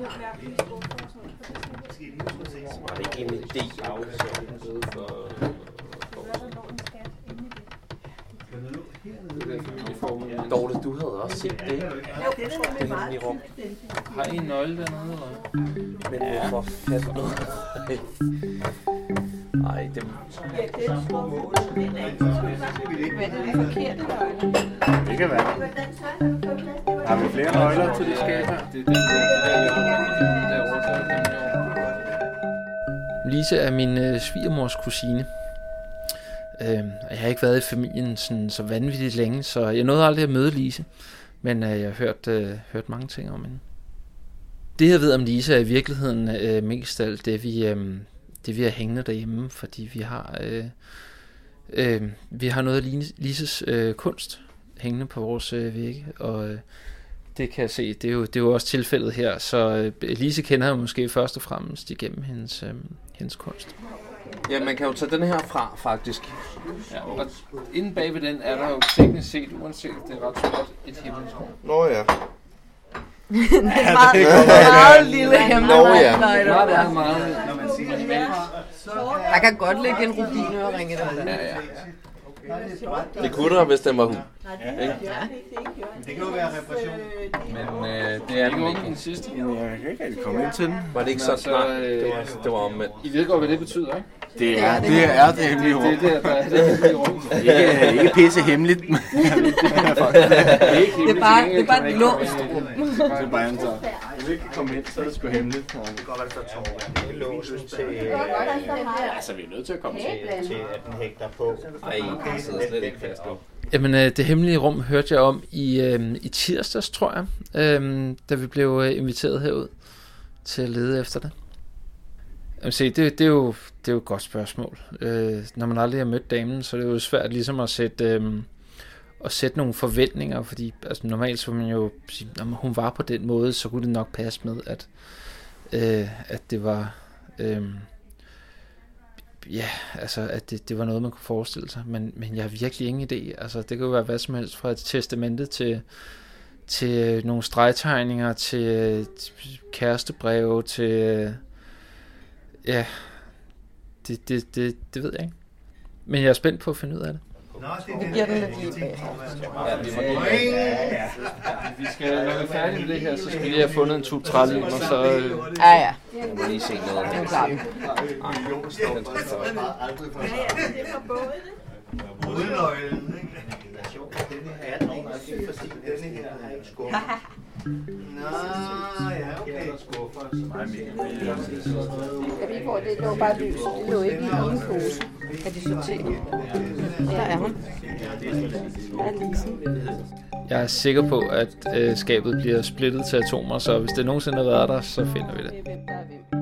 Var det ikke en idé? Dorte, du havde også set det, ikke? Det hemmelige rum. Har I en nøgle dernede, eller? Men hvorfor fanden noget? Nej, det... Men det er forkert nøgle. Det kan være. Har vi flere nøgler til det skab her? Det er den der Lise er min svigermors kusine. Jeg har ikke været i familien sådan, så vanvittigt længe, så jeg nåede aldrig at møde Lise. Men jeg har hørt mange ting om hende. Det jeg ved om Lise er i virkeligheden mest af alt det vi har hængende derhjemme, fordi vi har noget af Lises kunst hængende på vores vægge, og det kan jeg se, det er jo også tilfældet her, så Lise kender jeg måske først og fremmest igennem hendes kunst. Ja, man kan jo tage den her fra, faktisk. Ja, og inde bag ved den er der jo teknisk set, uanset det er ret stort, et himmelsrum. Nå ja. Det er meget lille hemmeligt. Nå ja. Meget. Der kan godt ligge en rubinørering i den. Ja. Det kunne der, hvis den var hun. Ja. Det kan jo være reparation. Men det er den ikke den sidste. Jeg kan ikke rigtig komme ind til den. Var det ikke så klart? Det var omvendt. I ved godt, hvad det betyder, ikke? Det er det hemmelige rum. Det er der er det hemmelige rum. Ikke pisse hemmeligt. Det er bare et låst rum. Det er bare antaget. Hvis vi ikke kan komme ind, så er det sgu hemmeligt. Det kan godt være, der står tårvand. Ikke låsen til... Altså, vi er nødt til at komme til, at den hægter på. Ej, den sidder slet ikke fast nu. Jamen, det hemmelige rum hørte jeg om i tirsdags, tror jeg, da vi blev inviteret herud til at lede efter det. Jamen, se, det er jo et godt spørgsmål. Når man aldrig har mødt damen, så er det jo svært ligesom at sætte nogle forventninger, fordi altså, normalt så vil man jo sige, når hun var på den måde, så kunne det nok passe med, at det var... at det var noget, man kunne forestille sig, men jeg har virkelig ingen idé. Altså, det kan jo være hvad som helst, fra et testamente til nogle stregtegninger, til kærestebreve, til... det ved jeg ikke. Men jeg er spændt på at finde ud af det. Vi giver den lidt lige bag. Ja, Vi skal, når vi er færdige med det her, så skal vi lige have fundet en tube trælim, og så... Ja. Jeg må lige se noget. Det er jo klart. Hovednøglen, ikke? Denne her er dog også fordi denne her har ikke skuffer. Nå, ja, okay. Det lå bare lys. Det lå ikke i min pose. Kan de sortere? Der er hun. Der er Lisen. Jeg er sikker på, at skabet bliver splittet til atomer, så hvis det nogensinde har været der, så finder vi det. Det er hvem, der er hvem.